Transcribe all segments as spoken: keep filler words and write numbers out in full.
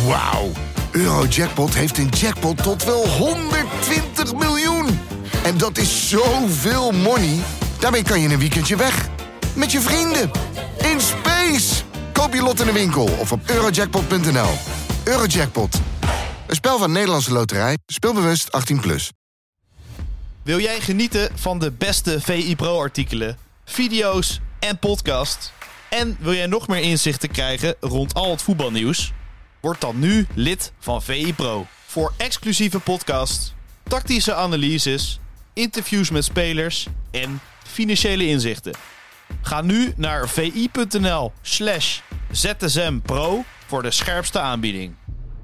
Wauw. Eurojackpot heeft een jackpot tot wel honderdtwintig miljoen. En dat is zoveel money. Daarmee kan je een weekendje weg. Met je vrienden. In space. Koop je lot in de winkel of op eurojackpot punt n l. Eurojackpot. Een spel van Nederlandse Loterij. Speelbewust achttien plus. Wil jij genieten van de beste V I Pro-artikelen, video's en podcasts? En wil jij nog meer inzichten krijgen rond al het voetbalnieuws? Word dan nu lid van V I Pro. Voor exclusieve podcasts, tactische analyses, interviews met spelers en financiële inzichten. Ga nu naar vi.nl slash zsmpro voor de scherpste aanbieding.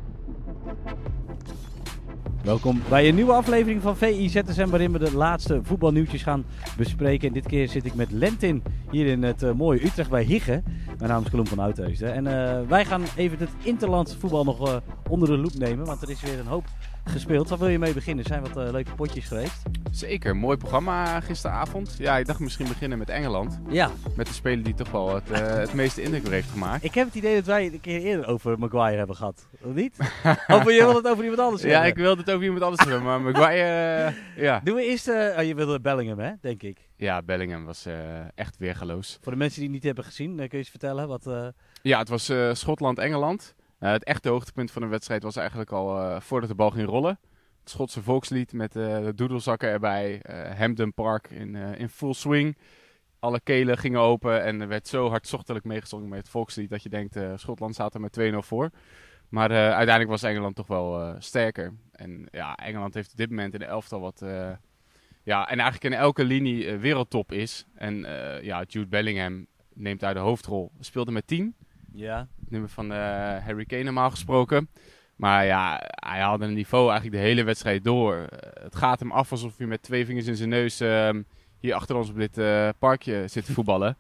Welkom bij een nieuwe aflevering van V I Z S M, waarin we de laatste voetbalnieuwtjes gaan bespreken. En dit keer zit ik met Lentin hier in het uh, mooie Utrecht bij Higge. Mijn naam is Colum van Oudheusden. En uh, wij gaan even het interland voetbal nog uh, onder de loep nemen, want er is weer een hoop gespeeld. Waar wil je mee beginnen? Er zijn wat uh, leuke potjes geweest. Zeker, mooi programma gisteravond. Ja, ik dacht misschien beginnen met Engeland. Ja. Met de speler die toch wel het, uh, het meeste indruk weer heeft gemaakt. Ik heb het idee dat wij het een keer eerder over Maguire hebben gehad. Of niet? Of je wilde het over iemand anders hebben? Ja, ik wilde het over iemand anders hebben, maar Maguire, uh, ja. Doen we eerst, uh, oh, je wilde Bellingham, hè, denk ik. Ja, Bellingham was uh, echt weergeloos. Voor de mensen die het niet hebben gezien, uh, kun je eens vertellen wat... Uh... Ja, het was uh, Schotland-Engeland. Uh, het echte hoogtepunt van de wedstrijd was eigenlijk al uh, voordat de bal ging rollen. Het Schotse volkslied met uh, de doedelzakken erbij. Uh, Hampden Park in, uh, in full swing. Alle kelen gingen open en er werd zo hartstochtelijk meegezongen met het volkslied dat je denkt, uh, Schotland staat er met twee nul voor. Maar uh, uiteindelijk was Engeland toch wel uh, sterker. En ja, Engeland heeft op dit moment in de elftal wat... Uh, ja, en eigenlijk in elke linie uh, wereldtop is. En uh, ja, Jude Bellingham neemt daar de hoofdrol. Speelde met tien. Ja. Het nummer van uh, Harry Kane normaal gesproken. Maar ja, hij haalde een niveau eigenlijk de hele wedstrijd door. Uh, het gaat hem af alsof hij met twee vingers in zijn neus uh, hier achter ons op dit uh, parkje zit te voetballen.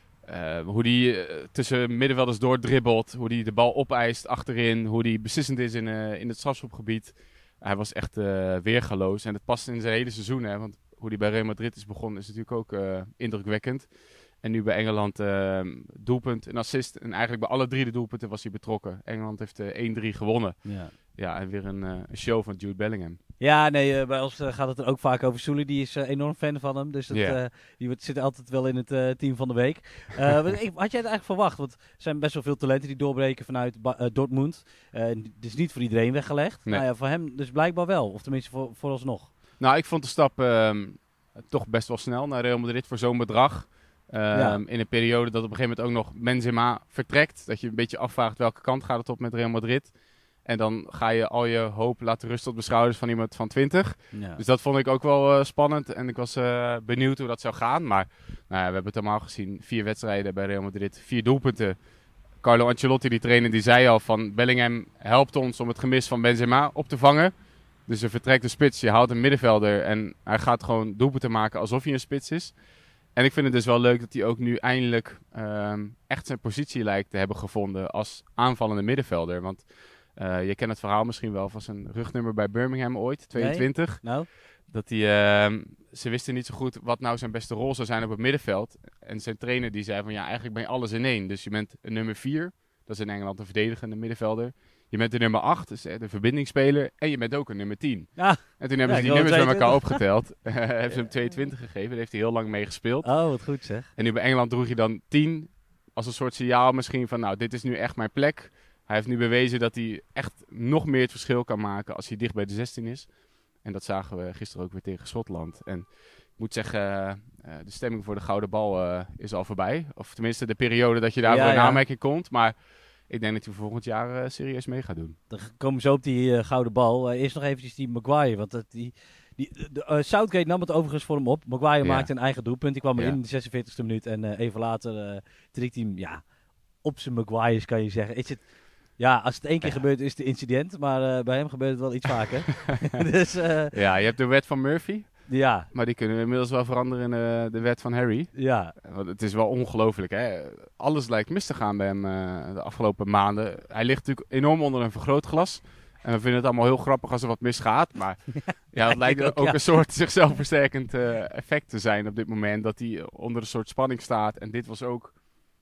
Uh, hoe hij uh, tussen middenvelders doordribbelt, hoe hij de bal opeist achterin, hoe hij beslissend is in, uh, in het strafschopgebied. Hij was echt uh, weergaloos en dat past in zijn hele seizoen. Hè, want hoe hij bij Real Madrid is begonnen is natuurlijk ook uh, indrukwekkend. En nu bij Engeland uh, doelpunt, een assist. En eigenlijk bij alle drie de doelpunten was hij betrokken. Engeland heeft uh, één drie gewonnen. Ja. Ja, en weer een uh, show van Jude Bellingham. Ja, nee, uh, bij ons uh, gaat het er ook vaak over. Soele, die is uh, enorm fan van hem. Dus dat, yeah. uh, die zit altijd wel in het uh, team van de week. Uh, had jij het eigenlijk verwacht? Want er zijn best wel veel talenten die doorbreken vanuit uh, Dortmund. Uh, het is niet voor iedereen weggelegd. Nee. Nou ja, voor hem dus blijkbaar wel. Of tenminste voor, vooralsnog. Nou, ik vond de stap uh, toch best wel snel naar Real Madrid voor zo'n bedrag. Um, ja. In een periode dat op een gegeven moment ook nog Benzema vertrekt. Dat je een beetje afvraagt welke kant gaat het op met Real Madrid. En dan ga je al je hoop laten rusten op de schouders van iemand van twintig. Ja. Dus dat vond ik ook wel uh, spannend. En ik was uh, benieuwd hoe dat zou gaan. Maar nou ja, we hebben het allemaal gezien. Vier wedstrijden bij Real Madrid. Vier doelpunten. Carlo Ancelotti, die trainer, die zei al van Bellingham helpt ons om het gemis van Benzema op te vangen. Dus er vertrekt de spits. Je haalt een middenvelder. En hij gaat gewoon doelpunten maken alsof hij een spits is. En ik vind het dus wel leuk dat hij ook nu eindelijk um, echt zijn positie lijkt te hebben gevonden als aanvallende middenvelder. Want uh, je kent het verhaal misschien wel van zijn rugnummer bij Birmingham ooit, tweeëntwintig. Nee? No. Dat hij, uh, ze wisten niet zo goed wat nou zijn beste rol zou zijn op het middenveld. En zijn trainer die zei van ja, eigenlijk ben je alles in één. Dus je bent een nummer vier, dat is in Engeland een verdedigende middenvelder. Je bent de nummer acht, dus de verbindingsspeler. En je bent ook een nummer tien. Ah, en toen hebben ja, ze die nummers bij elkaar opgeteld. Hebben ze hem tweeëntwintig gegeven. Daar heeft hij heel lang mee gespeeld. Oh, wat goed zeg. En nu bij Engeland droeg hij dan tien. Als een soort signaal misschien van, nou, dit is nu echt mijn plek. Hij heeft nu bewezen dat hij echt nog meer het verschil kan maken als hij dicht bij de zestien is. En dat zagen we gisteren ook weer tegen Schotland. En ik moet zeggen, uh, de stemming voor de gouden bal uh, is al voorbij. Of tenminste de periode dat je daarvoor ja, in aanmerking ja. komt. Maar... ik denk dat hij volgend jaar uh, serieus mee gaat doen. Dan komen we zo op die uh, gouden bal. Uh, eerst nog eventjes die Maguire. Want uh, die, die, de, uh, Southgate nam het overigens voor hem op. Maguire ja. maakte een eigen doelpunt. Die kwam er ja. in de zesenveertigste minuut. En uh, even later uh, trekt hij hem ja, op zijn Maguire's, kan je zeggen. Is het, ja, als het één keer ja. gebeurt is het een incident. Maar uh, bij hem gebeurt het wel iets vaker. dus, uh, ja, je hebt de wet van Murphy. Ja. Maar die kunnen we inmiddels wel veranderen in uh, de wet van Harry. Ja. Want het is wel ongelooflijk, hè. Alles lijkt mis te gaan bij hem uh, de afgelopen maanden. Hij ligt natuurlijk enorm onder een vergrootglas. En we vinden het allemaal heel grappig als er wat misgaat. Maar ja, het lijkt ook, ook ja. een soort zichzelf versterkend uh, effect te zijn op dit moment. Dat hij onder een soort spanning staat. En dit was ook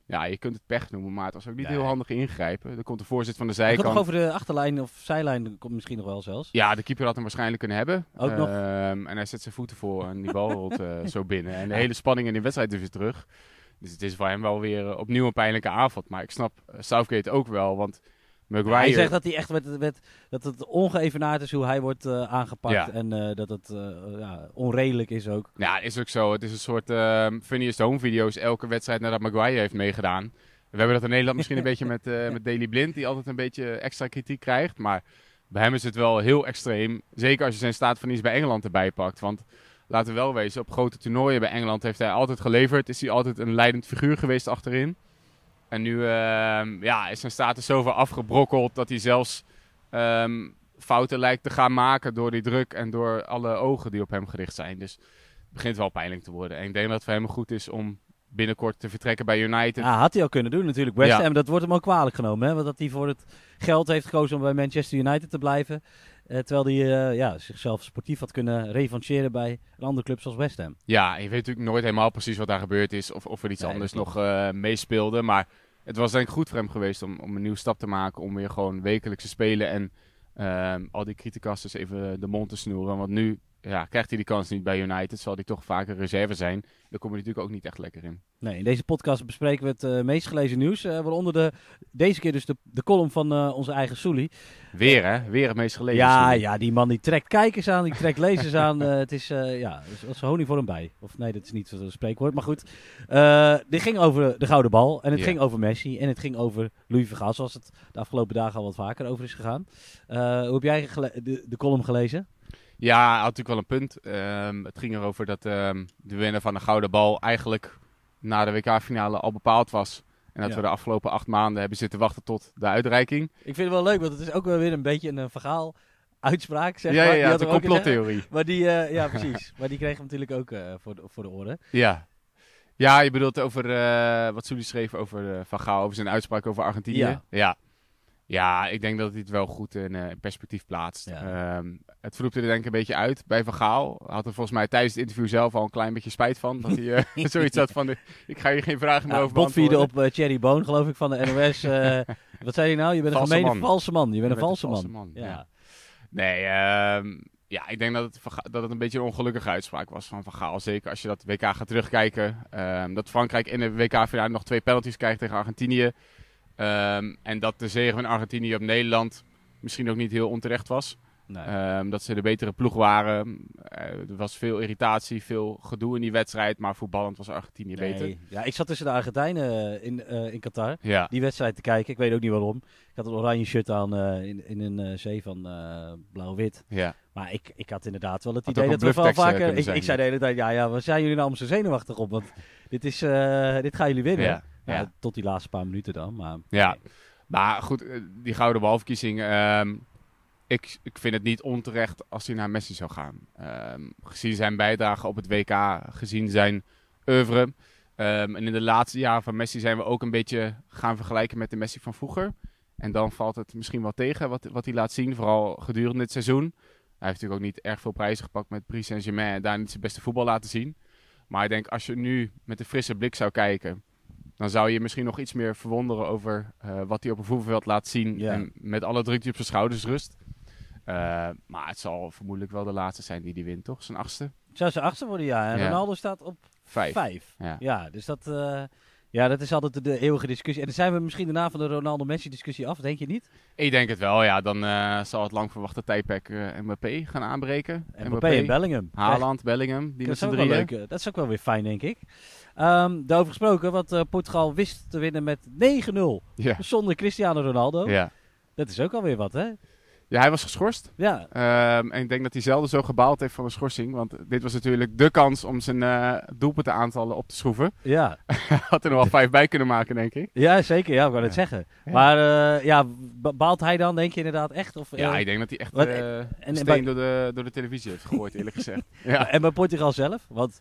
Ja, je kunt het pech noemen, maar het was ook niet Nee. heel handig ingrijpen. Er komt de voorzit van de Hij zijkant. komt nog over de achterlijn of zijlijn, komt misschien nog wel zelfs. Ja, de keeper had hem waarschijnlijk kunnen hebben. Ook nog. Ehm, en hij zet zijn voeten voor en die bal rolt uh, zo binnen. En de hele spanning in de wedstrijd is weer terug. Dus het is voor hem wel weer uh, opnieuw een pijnlijke avond. Maar ik snap uh, Southgate ook wel, want Maguire... Hij zegt dat hij echt met, met, dat het ongeëvenaard is hoe hij wordt uh, aangepakt. Ja. En uh, dat het uh, ja, onredelijk is ook. Ja, is ook zo. Het is een soort uh, funniest home video's elke wedstrijd nadat Maguire heeft meegedaan. We hebben dat in Nederland misschien een beetje met, uh, met Daley Blind, die altijd een beetje extra kritiek krijgt. Maar bij hem is het wel heel extreem. Zeker als je zijn staat van iets bij Engeland erbij pakt. Want laten we wel wezen, op grote toernooien bij Engeland heeft hij altijd geleverd. Is hij altijd een leidend figuur geweest achterin. En nu uh, ja, is zijn status zo ver afgebrokkeld dat hij zelfs um, fouten lijkt te gaan maken door die druk en door alle ogen die op hem gericht zijn. Dus het begint wel pijnlijk te worden. En ik denk dat het voor hem goed is om binnenkort te vertrekken bij United. Ja, had hij al kunnen doen natuurlijk. West Ja. Ham, dat wordt hem ook kwalijk genomen. Hè? Want dat hij voor het geld heeft gekozen om bij Manchester United te blijven. Uh, terwijl hij uh, ja, zichzelf sportief had kunnen revancheren bij een andere club zoals West Ham. Ja, je weet natuurlijk nooit helemaal precies wat daar gebeurd is. Of, of er iets Nee, anders dat nog uh, meespeelde. Maar het was denk ik goed voor hem geweest om, om een nieuwe stap te maken. Om weer gewoon wekelijks te spelen. En uh, al die criticasters even de mond te snoeren. Want nu ja, krijgt hij die kans niet bij United. Zal hij toch vaker reserve zijn. Daar kom je natuurlijk ook niet echt lekker in. Nee, in deze podcast bespreken we het uh, meest gelezen nieuws. Uh, waaronder de, deze keer dus de, de column van uh, onze eigen Soelie. Weer hè? Weer het meest gelezen. Ja, Soelie. ja, die man die trekt kijkers aan, die trekt lezers aan. Uh, het is uh, ja, als honing voor een bij. Of nee, dat is niet zo'n spreekwoord, maar goed. Uh, dit ging over de gouden bal. En het Ja. ging over Messi. En het ging over Louis van Gaal, zoals het de afgelopen dagen al wat vaker over is gegaan. Uh, hoe heb jij gele- de, de column gelezen? Ja, hij had natuurlijk wel een punt. Um, het ging erover dat um, de winnaar van de gouden bal eigenlijk na de W K-finale al bepaald was. En dat Ja. we de afgelopen acht maanden hebben zitten wachten tot de uitreiking. Ik vind het wel leuk, want het is ook wel weer een beetje een uh, verhaal uitspraak, zeg ja, maar. ja, Die ja, had de hem ook gezegd. complottheorie. Maar die, uh, ja, precies. Maar die kreeg hem natuurlijk ook uh, voor, de, voor de oren. Ja. Ja, je bedoelt over uh, wat Soelie schreef over uh, Van Gaal, over zijn uitspraak over Argentinië. Ja. Ja, ja ik denk dat hij het wel goed in, uh, in perspectief plaatst. Ja. Um, het vloepte er denk ik een beetje uit bij Van Gaal. Hij had er volgens mij tijdens het interview zelf al een klein beetje spijt van. Dat hij uh, zoiets had van, ik ga hier geen vragen meer Ja, over botvierde beantwoorden. op uh, Thierry Boon, geloof ik, van de N O S. Uh, wat zei hij nou? Je bent een Valse gemene man. valse man. Je bent een bent valse een man. valse man, Ja. ja. Nee, um, ja, ik denk dat het, Van Ga- dat het een beetje een ongelukkige uitspraak was van Van Gaal. Zeker als je dat W K gaat terugkijken. Um, dat Frankrijk in de W K-finale nog twee penalties krijgt tegen Argentinië. Um, en dat de zege van Argentinië op Nederland misschien ook niet heel onterecht was. Nee. Um, dat ze de betere ploeg waren. Uh, er was veel irritatie, veel gedoe in die wedstrijd. Maar voetballend was Argentinië Nee. beter. Ja, ik zat tussen de Argentijnen in, uh, in Qatar. Ja. Die wedstrijd te kijken. Ik weet ook niet waarom. Ik had een oranje shirt aan uh, in, in een uh, zee van uh, blauw-wit. Ja. Maar ik, ik had inderdaad wel het Had idee ook dat een we wel blufftekst, uh, vaker... kunnen Ik, zijn, ik zei de hele tijd, ja, ja, waar zijn jullie nou om zo zenuwachtig op? Want dit, is, uh, dit gaan jullie winnen. Ja. Ja, Ja. tot die laatste paar minuten dan. Maar, Ja, maar goed, uh, die gouden balverkiezing. Um, ik, ik vind het niet onterecht als hij naar Messi zou gaan. Um, gezien zijn bijdrage op het W K, gezien zijn oeuvre. Um, en in de laatste jaren van Messi zijn we ook een beetje gaan vergelijken met de Messi van vroeger. En dan valt het misschien wel tegen wat, wat hij laat zien, vooral gedurende dit seizoen. Hij heeft natuurlijk ook niet erg veel prijzen gepakt met Paris Saint-Germain en daar niet zijn beste voetbal laten zien. Maar ik denk, als je nu met een frisse blik zou kijken, dan zou je misschien nog iets meer verwonderen over uh, wat hij op een voetbalveld laat zien. Ja. En met alle druk die op zijn schouders rust. Uh, maar het zal vermoedelijk wel de laatste zijn die die wint, toch? Zijn achtste? zou ze achtste worden, ja. En Ja. Ronaldo staat op Vijf. vijf. Ja. Ja, dus dat, uh, ja, dat is altijd de, de eeuwige discussie. En dan zijn we misschien daarna van de Ronaldo-Messi-discussie af, denk je niet? Ik denk het wel, ja. Dan uh, zal het lang verwachte tijdperk uh, Mbappé gaan aanbreken. Mbappé en Bellingham. Haaland, Bellingham, die Dat met is, z'n ook wel drieën. leuk, uh, dat is ook wel weer fijn, denk ik. Um, daarover gesproken, want uh, Portugal wist te winnen met negen nul. Ja. Zonder Cristiano Ronaldo. Ja. Dat is ook alweer wat, hè? ja, hij was geschorst. Ja, Um, en ik denk dat hij zelden zo gebaald heeft van een schorsing. Want dit was natuurlijk de kans om zijn uh, doelpuntenaantallen op te schroeven. ja. Had er nog wel vijf bij kunnen maken, denk ik. ja zeker. Ja, ik wou het Ja. zeggen. Ja. Maar uh, ja, ba- baalt hij dan, denk je inderdaad echt? Of, uh, Ja, ik denk dat hij echt wat- uh, en- een en steen bij- door, de, door de televisie heeft gegooid, eerlijk gezegd. Ja. En bij Portugal zelf? Want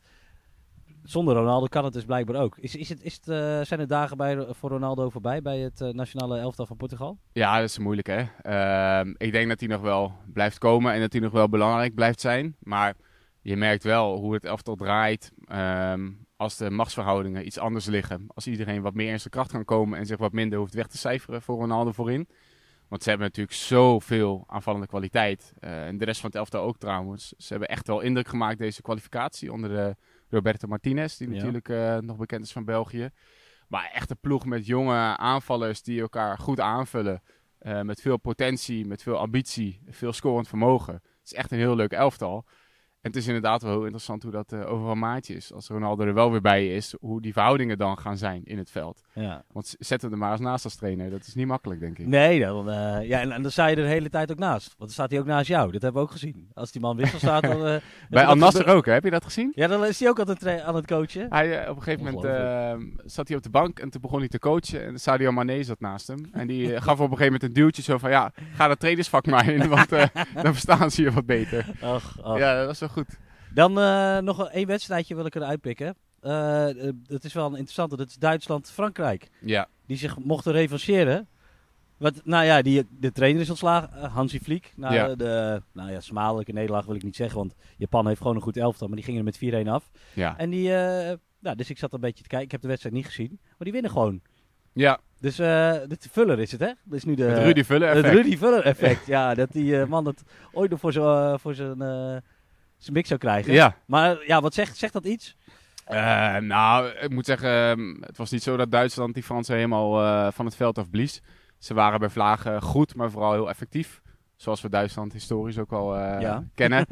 zonder Ronaldo kan het dus blijkbaar ook. Is, is het, is het, uh, zijn er dagen bij, voor Ronaldo voorbij bij het uh, nationale elftal van Portugal? Ja, dat is moeilijk, hè. Um, ik denk dat hij nog wel blijft komen en dat hij nog wel belangrijk blijft zijn. Maar je merkt wel hoe het elftal draait. Um, als de machtsverhoudingen iets anders liggen. Als iedereen wat meer in zijn kracht kan komen en zich wat minder hoeft weg te cijferen voor Ronaldo voorin. Want ze hebben natuurlijk zoveel aanvallende kwaliteit. Uh, en de rest van het elftal ook trouwens. Ze hebben echt wel indruk gemaakt deze kwalificatie onder de Roberto Martinez. Die ja. natuurlijk uh, nog bekend is van België. Maar echt een ploeg met jonge aanvallers die elkaar goed aanvullen. Uh, met veel potentie, met veel ambitie, veel scorend vermogen. Het is echt een heel leuk elftal. En het is inderdaad wel heel interessant hoe dat uh, over een maandje is. Als Ronaldo er wel weer bij is, hoe die verhoudingen dan gaan zijn in het veld. Ja. Want zet hem er maar eens naast als trainer. Dat is niet makkelijk, denk ik. Nee, dan, uh, ja, en, en dan sta je er de hele tijd ook naast. Want dan staat hij ook naast jou. Dat hebben we ook gezien. Als die man wissel staat... Dan, uh, bij Al Nassr ook, hè? Heb je dat gezien? Ja, dan is hij ook altijd tra- aan het coachen. Hij, uh, op een gegeven moment uh, zat hij op de bank en toen begon hij te coachen. En Sadio Mané zat naast hem. En die uh, gaf op een gegeven moment een duwtje zo van... Ja, ga dat trainersvak maar in, want uh, dan verstaan ze je wat beter. Ach, ach. Ja, dat was wel goed. Dan uh, nog één wedstrijdje wil ik eruit pikken. Uh, uh, dat is wel een interessante. Dat is Duitsland-Frankrijk. Ja. Die zich mochten revancheren. Wat, nou ja, die, de trainer is ontslagen. Uh, Hansi Flick. Nou, ja. De, de, nou ja, smadelijke nederlaag wil ik niet zeggen. Want Japan heeft gewoon een goed elftal. Maar die gingen er met vier-een af. Ja. En die... Uh, nou, dus ik zat een beetje te kijken. Ik heb de wedstrijd niet gezien. Maar die winnen gewoon. Ja. Dus uh, de Vuller is het, hè? Dat is nu de, het Rudy Vuller effect. Het Rudy Vuller effect. Ja, dat die uh, man het ooit nog voor zijn... Uh, voor zijn uh, zijn mik zou krijgen. Ja. Maar ja, wat zegt, zegt dat iets? Uh, nou, ik moet zeggen, um, het was niet zo dat Duitsland die Fransen helemaal uh, van het veld afblies. Ze waren bij vlagen goed, maar vooral heel effectief. Zoals we Duitsland historisch ook al uh, ja. kennen.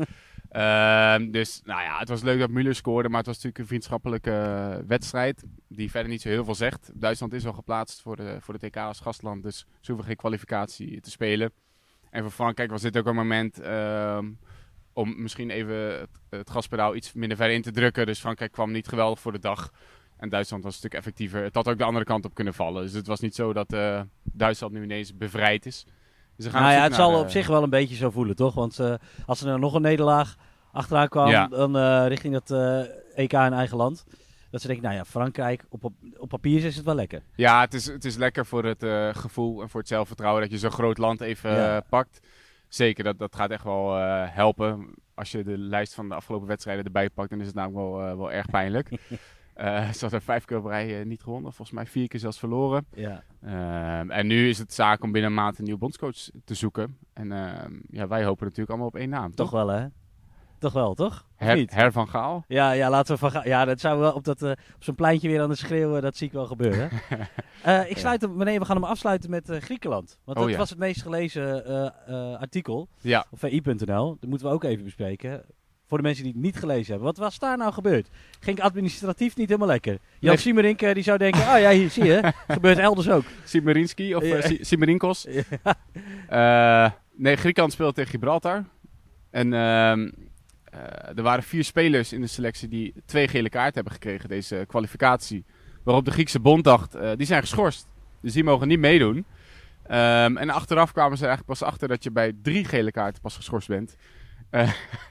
uh, dus nou ja, het was leuk dat Müller scoorde, maar het was natuurlijk een vriendschappelijke uh, wedstrijd. Die verder niet zo heel veel zegt. Duitsland is al geplaatst voor de, voor de T K als gastland, dus ze hoeven geen kwalificatie te spelen. En voor Frankrijk was dit ook een moment... Uh, om misschien even het, het gaspedaal iets minder ver in te drukken. Dus Frankrijk kwam niet geweldig voor de dag. En Duitsland was een stuk effectiever. Het had ook de andere kant op kunnen vallen. Dus het was niet zo dat uh, Duitsland nu ineens bevrijd is. Dus gaan nou ja, het zal de... op zich wel een beetje zo voelen, toch? Want uh, als er nou nog een nederlaag achteraan kwam, ja. dan uh, richting dat uh, E K in eigen land... Dat ze denken, nou ja, Frankrijk, op, op, op papier is het wel lekker. Ja, het is, het is lekker voor het uh, gevoel en voor het zelfvertrouwen dat je zo'n groot land even ja. uh, pakt. Zeker, dat, dat gaat echt wel uh, helpen. Als je de lijst van de afgelopen wedstrijden erbij pakt, dan is het namelijk wel, uh, wel erg pijnlijk. uh, ze hadden vijf keer op rij uh, niet gewonnen, volgens mij vier keer zelfs verloren. Ja. Uh, en nu is het zaak om binnen een maand een nieuwe bondscoach te zoeken. En uh, ja, wij hopen natuurlijk allemaal op één naam. Toch, toch wel, hè? Toch wel, toch? Her, Her van Gaal? Ja, ja, laten we van Gaal. Ja, dat zou wel op, dat, uh, op zo'n pleintje weer aan het schreeuwen, dat zie ik wel gebeuren. uh, ik sluit hem, nee, we gaan hem afsluiten met uh, Griekenland. Want oh, dat ja. was het meest gelezen uh, uh, artikel ja. op v i punt n l. Dat moeten we ook even bespreken. Voor de mensen die het niet gelezen hebben. Wat was daar nou gebeurd? Ging administratief niet helemaal lekker. Jan nee. Siemerink uh, die zou denken, oh ja, hier zie je, gebeurt elders ook. Siemerinski of uh, ja. Siemerinkos. Ja. Uh, nee, Griekenland speelt tegen Gibraltar. En... Uh, Uh, er waren vier spelers in de selectie die twee gele kaarten hebben gekregen, deze kwalificatie. Waarop de Griekse bond dacht, uh, die zijn geschorst. Dus die mogen niet meedoen. Um, en achteraf kwamen ze eigenlijk pas achter dat je bij drie gele kaarten pas geschorst bent. Uh,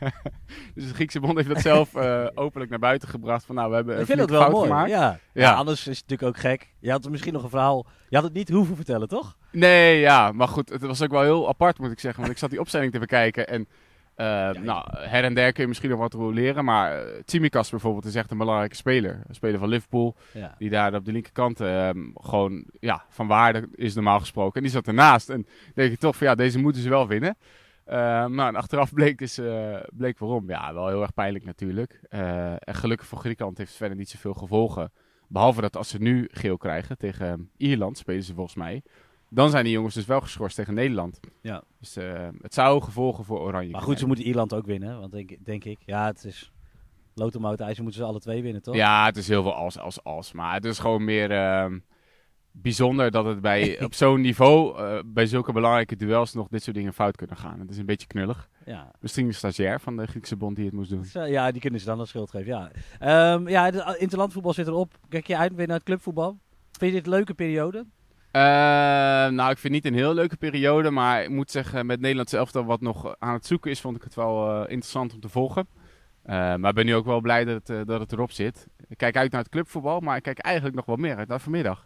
dus de Griekse bond heeft dat zelf uh, openlijk naar buiten gebracht. Van nou, we hebben een flinke fout mooi. gemaakt. Ja. Ja. Ja, anders is het natuurlijk ook gek. Je had misschien nog een verhaal. Je had het niet hoeven vertellen, toch? Nee, ja. Maar goed, het was ook wel heel apart, moet ik zeggen. Want ik zat die opstelling te bekijken en... Uh, ja, nou, her en der kun je misschien nog wat roleren, maar uh, Tsimikas bijvoorbeeld is echt een belangrijke speler. Een speler van Liverpool, ja. die daar op de linkerkant uh, gewoon ja, van waarde is normaal gesproken. En die zat ernaast en denk ik toch van ja, deze moeten ze wel winnen. Uh, nou, en achteraf bleek dus uh, bleek waarom. Ja, wel heel erg pijnlijk natuurlijk. Uh, en gelukkig voor Griekenland heeft het verder niet zoveel gevolgen. Behalve dat als ze nu geel krijgen tegen Ierland, spelen ze volgens mij... Dan zijn die jongens dus wel geschorst tegen Nederland. Ja. Dus uh, het zou gevolgen voor Oranje. Maar goed, ze moeten Ierland ook winnen, want denk, denk ik. Ja, het is lotermout ijzer, moeten ze alle twee winnen, toch? Ja, het is heel veel als, als, als. Maar het is gewoon meer uh, bijzonder dat het bij, op zo'n niveau, uh, bij zulke belangrijke duels, nog dit soort dingen fout kunnen gaan. Het is een beetje knullig. Ja. Misschien een stagiair van de Griekse bond die het moest doen. Ja, die kunnen ze dan de schuld geven, ja. Um, ja, het interlandvoetbal zit erop. Kijk je uit weer naar het clubvoetbal? Vind je dit een leuke periode? Uh, nou, ik vind het niet een heel leuke periode, maar ik moet zeggen, met Nederland elftal wat nog aan het zoeken is, vond ik het wel uh, interessant om te volgen. Uh, maar ik ben nu ook wel blij dat het, uh, dat het erop zit. Ik kijk uit naar het clubvoetbal, maar ik kijk eigenlijk nog wel meer uit naar vanmiddag.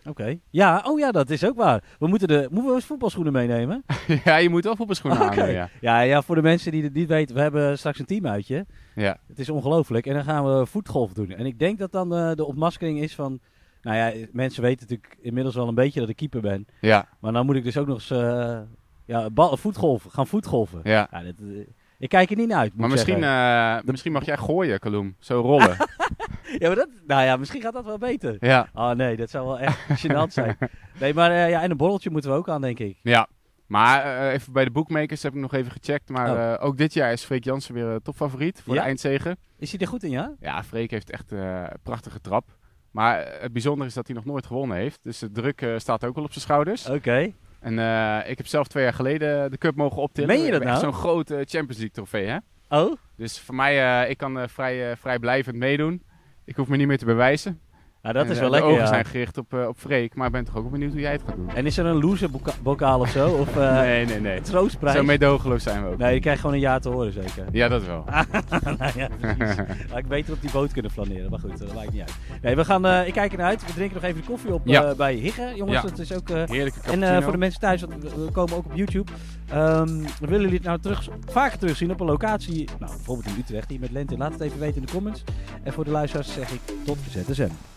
Oké. Okay. Ja, oh ja, dat is ook waar. We moeten de, moeten we voetbalschoenen meenemen? Ja, je moet wel voetbalschoenen okay. aandoen, ja. ja. Ja, voor de mensen die het niet weten, we hebben straks een teamuitje. Ja. Het is ongelooflijk. En dan gaan we voetgolf doen. En ik denk dat dan uh, de ontmaskering is van... Nou ja, mensen weten natuurlijk inmiddels wel een beetje dat ik keeper ben. Ja. Maar dan moet ik dus ook nog eens uh, ja, bal, voetgolven, gaan voetgolven. Ja. ja dit, uh, ik kijk er niet naar uit, moet Maar misschien, uh, misschien mag jij gooien, Kaloem. Zo rollen. ja, maar dat, nou ja, misschien gaat dat wel beter. Ja. Oh nee, dat zou wel echt gênant zijn. Nee, maar uh, ja, en een borreltje moeten we ook aan, denk ik. Ja. Maar uh, even bij de bookmakers heb ik nog even gecheckt. Maar oh. uh, ook dit jaar is Freek Jansen weer uh, topfavoriet voor ja? de eindzege. Is hij er goed in, ja? Ja, Freek heeft echt uh, een prachtige trap. Maar uh, het bijzondere is dat hij nog nooit gewonnen heeft. Dus de druk uh, staat ook wel op zijn schouders. Oké. Okay. En uh, ik heb zelf twee jaar geleden de cup mogen optillen. Meen je dat nou? Zo'n grote Champions League trofee, hè? Oh? Dus voor mij, uh, ik kan uh, vrij, uh, vrij blijvend meedoen. Ik hoef me niet meer te bewijzen. Nou, dat en, is uh, wel de lekker, ogen ja. zijn gericht op, uh, op Freek, maar ik ben toch ook benieuwd hoe jij het gaat doen. En is er een loser boka- bokaal of zo? Of uh, nee, nee, nee. een troostprijs? Zo meedogenloos zijn we ook. Nee, je krijgt gewoon een jaar te horen, zeker. Ja, dat wel. nou ja, precies. Had ik beter op die boot kunnen flaneren, maar goed, dat maakt niet uit. Nee, we gaan, uh, ik kijk ernaar uit. We drinken nog even de koffie op ja. uh, bij Higge, jongens. Ja. Dat is ook... Uh, heerlijke cappuccino. En uh, voor de mensen thuis, want we komen ook op YouTube. Um, willen jullie het nou terug, vaker terugzien op een locatie? Nou, bijvoorbeeld in Utrecht, hier met Lente. Laat het even weten in de comments. En voor de luisteraars zeg ik tot Z S M.